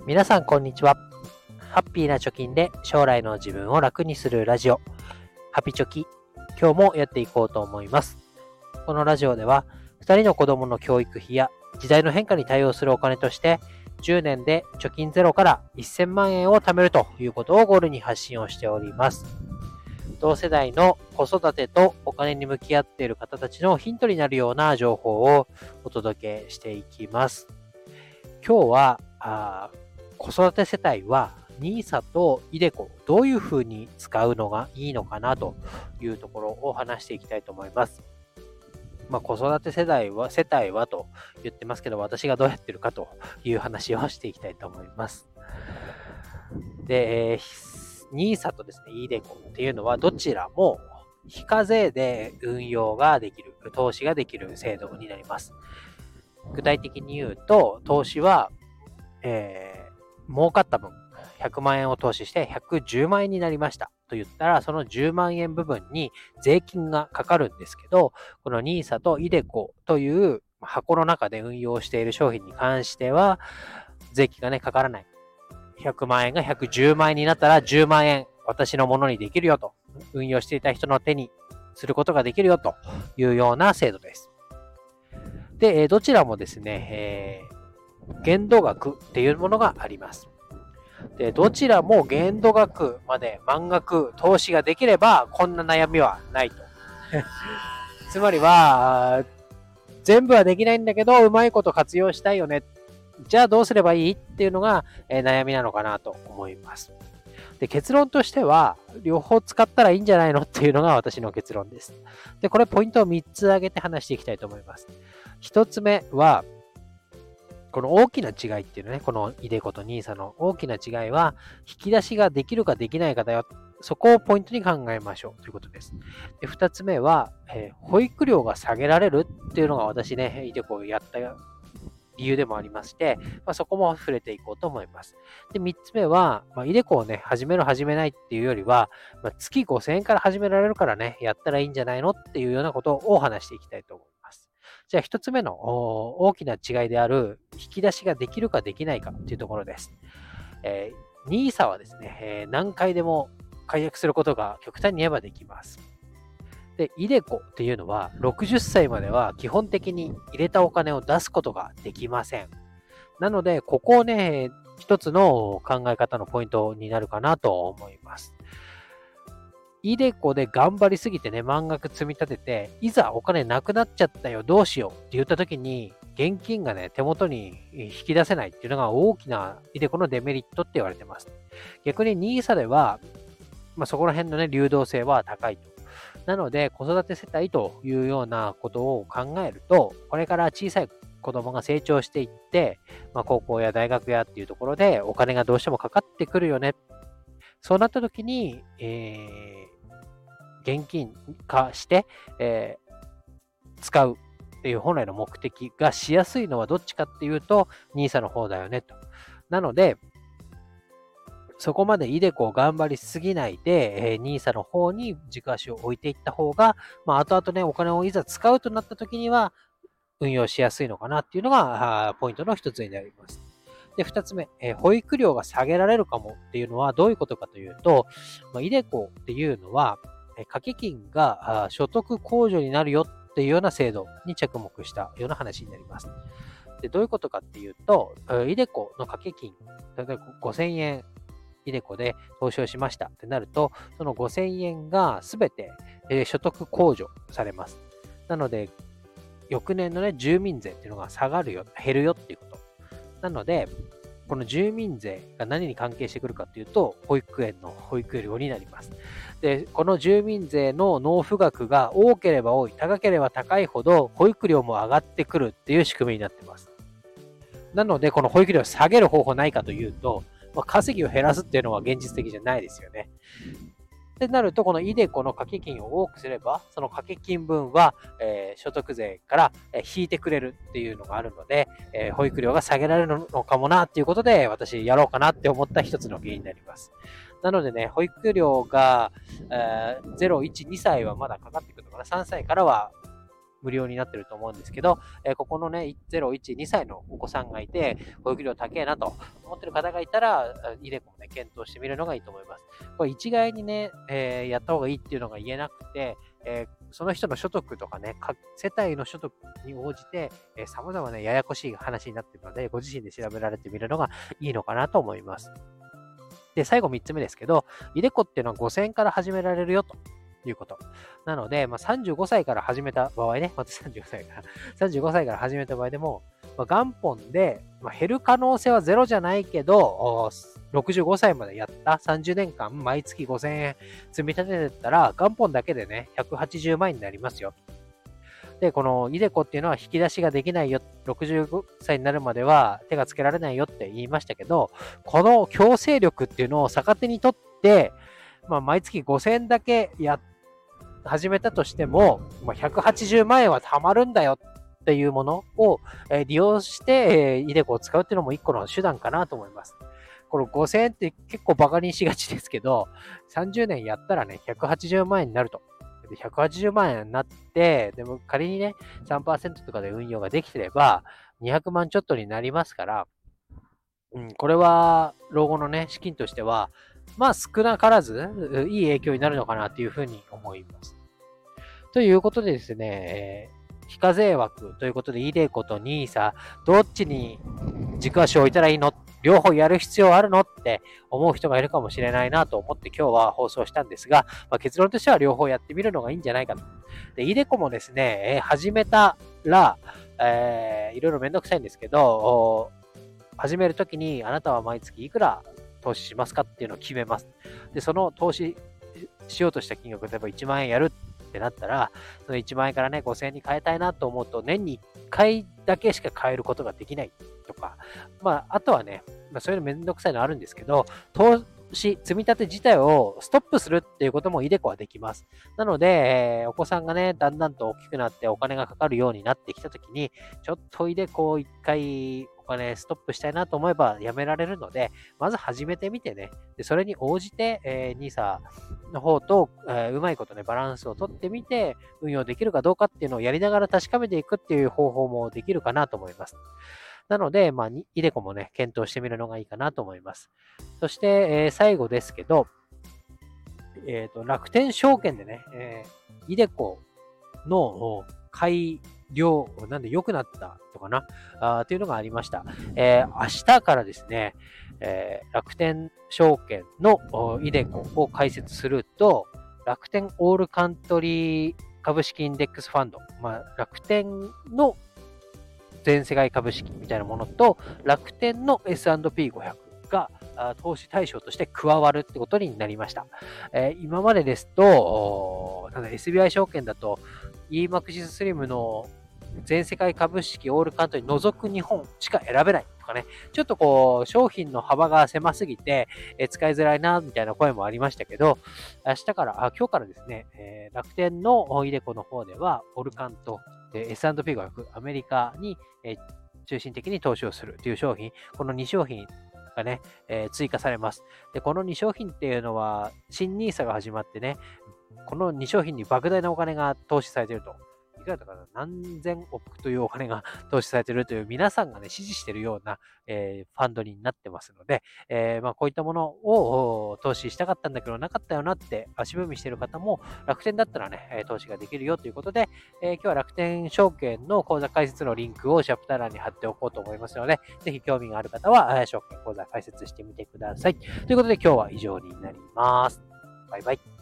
皆さんこんにちは。ハッピーな貯金で将来の自分を楽にするラジオ、ハピチョキ、今日もやっていこうと思います。このラジオでは、2人の子供の教育費や時代の変化に対応するお金として、10年で貯金ゼロから1000万円を貯めるということをゴールに発信をしております。同世代の子育てとお金に向き合っている方たちのヒントになるような情報をお届けしていきます。今日は子育て世帯は NISA とiDeCoどういうふうに使うのがいいのかなというところを話していきたいと思います。子育て世帯はと言ってますけど、私がどうやってるかという話をしていきたいと思います。で、NISA とですね、iDeCoっていうのはどちらも非課税で運用ができる、投資ができる制度になります。具体的に言うと、投資は、儲かった分、100万円を投資して110万円になりましたと言ったら、その10万円部分に税金がかかるんですけど、この NISA とiDeCoという箱の中で運用している商品に関しては、税金がかからない。100万円が110万円になったら10万円私のものにできるよと、運用していた人の手にすることができるよというような制度です。で、どちらもですね、限度額っていうものがあります。で、どちらも限度額まで満額投資ができれば、こんな悩みはないと。つまりは、全部はできないんだけど、うまいこと活用したいよね。じゃあどうすればいいっていうのが、悩みなのかなと思います。で、結論としては、両方使ったらいいんじゃないのっていうのが私の結論です。で、これポイントを3つ挙げて話していきたいと思います。1つ目は、この大きな違いっていうのね、このiDeCoと NISA の大きな違いは、引き出しができるかできないかだよ。そこをポイントに考えましょうということです。で、2つ目は、保育料が下げられるっていうのが私ね、iDeCoをやった理由でもありまして、そこも触れていこうと思います。で、3つ目は、iDeCoをね、始めないっていうよりは、月5000円から始められるからね、やったらいいんじゃないのっていうようなことを話していきたいと思います。じゃあ1つ目の大きな違いである引き出しができるかできないかっていうところです。NISA はですね、何回でも解約することが極端に言えばできます。で、iDeCoっていうのは60歳までは基本的に入れたお金を出すことができません。なので、ここをね、一つの考え方のポイントになるかなと思います。iDeCoで頑張りすぎてね、満額積み立てて、いざお金なくなっちゃったよ、どうしようって言った時に、現金がね、手元に引き出せないっていうのが大きなiDeCoのデメリットって言われてます。逆に NISA では、そこら辺のね、流動性は高いと。なので、子育て世帯というようなことを考えると、これから小さい子供が成長していって、高校や大学やっていうところでお金がどうしてもかかってくるよね。そうなった時に、現金化して、使うっていう本来の目的がしやすいのはどっちかっていうと NISA の方だよねと。なので、そこまでiDeCoを頑張りすぎないで、NISA の方に軸足を置いていった方が、後々ね、お金をいざ使うとなった時には運用しやすいのかなっていうのがポイントの一つになります。で、二つ目、保育料が下げられるかもっていうのはどういうことかというと、iDeCoっていうのは、掛け金が所得控除になるよっていうような制度に着目したような話になります。で、どういうことかっていうと、iDeCo の掛け金、例えば5000円、iDeCoで投資をしましたってなると、その5000円がすべて、所得控除されます。なので、翌年のね、住民税っていうのが下がるよ、減るよっていうこと。なので、この住民税が何に関係してくるかっていうと、保育園の保育料になります。で、この住民税の納付額が多ければ多い、高ければ高いほど、保育料も上がってくるっていう仕組みになってます。なので、この保育料を下げる方法ないかというと、稼ぎを減らすっていうのは現実的じゃないですよね。ってなると、このiDeCoの掛け金を多くすれば、その掛け金分は、所得税から引いてくれるっていうのがあるので、保育料が下げられるのかもなっていうことで、私やろうかなって思った一つの原因になります。なのでね、保育料が、0、1、2歳はまだかかってくるのかな。3歳からは無料になってると思うんですけど、ここのね、0、1、2歳のお子さんがいて、保育料高えなと思ってる方がいたら、イデコもね、検討してみるのがいいと思います。これ一概にね、やった方がいいっていうのが言えなくて、その人の所得とかね、世帯の所得に応じて、様々ね、ややこしい話になっているので、ご自身で調べられてみるのがいいのかなと思います。で、最後3つ目ですけど、イデコっていうのは5000円から始められるよということ。なので、35歳から始めた場合ね、また35歳から、35歳から始めた場合でも、元本で、減る可能性はゼロじゃないけど、65歳までやった30年間、毎月5000円積み立ててたら、元本だけでね、180万円になりますよ。で、このイデコっていうのは引き出しができないよ、65歳になるまでは手がつけられないよって言いましたけど、この強制力っていうのを逆手にとって、毎月5000円だけ始めたとしても、180万円は貯まるんだよっていうものを利用して、イデコを使うっていうのも一個の手段かなと思います。この5000円って結構バカにしがちですけど、30年やったらね、180万円になると。で180万円になって、でも仮にね、3% とかで運用ができてれば、200万ちょっとになりますから、これは、老後のね、資金としては、少なからず、いい影響になるのかなというふうに思います。ということでですね、非課税枠ということで、イデコとニーサ、どっちに軸足を置いたらいいの？両方やる必要あるのって思う人がいるかもしれないなと思って今日は放送したんですが、結論としては両方やってみるのがいいんじゃないかと。で、イデコもですね、始めたら、いろいろめんどくさいんですけど、始めるときにあなたは毎月いくら投資しますかっていうのを決めます。で、その投資しようとした金額、例えば1万円やるってなったら、その1万円からね、5000円に変えたいなと思うと、年に1回だけしか変えることができないとか、あとはね、そういうのめんどくさいのあるんですけど、投資、積み立て自体をストップするっていうこともイデコはできます。なので、お子さんがね、だんだんと大きくなってお金がかかるようになってきたときに、ちょっとイデコを一回お金ストップしたいなと思えばやめられるので、まず始めてみてね、でそれに応じて、NISA の方と、うまいことね、バランスをとってみて、運用できるかどうかっていうのをやりながら確かめていくっていう方法もできるかなと思います。なので、イデコもね、検討してみるのがいいかなと思います。そして、最後ですけど、楽天証券でね、イデコの改良、なんで良くなったとかな、というのがありました。明日からですね、楽天証券のイデコを開設すると、楽天オールカントリー株式インデックスファンド、楽天の全世界株式みたいなものと、楽天の S&P500 が投資対象として加わるってことになりました。今までですと、SBI 証券だと EMAXIS SLIM の全世界株式オールカントリー除く日本しか選べないとかね、ちょっと商品の幅が狭すぎて、使いづらいなみたいな声もありましたけど、今日からですね、楽天のイデコの方ではオルカンとS&P500 アメリカに、中心的に投資をするという商品、この2商品がね、追加されます。で、この2商品っていうのは、新ニーサが始まってね、この2商品に莫大なお金が投資されていると。いくらだったかな、何千億というお金が投資されているという皆さんがね、支持しているような、ファンドになってますので、こういったものを投資したかったんだけどなかったよなって足踏みしている方も楽天だったらね、投資ができるよということで、今日は楽天証券の口座開設のリンクをチャプター欄に貼っておこうと思いますので、ぜひ興味がある方は、証券口座開設してみてください。ということで今日は以上になります。バイバイ。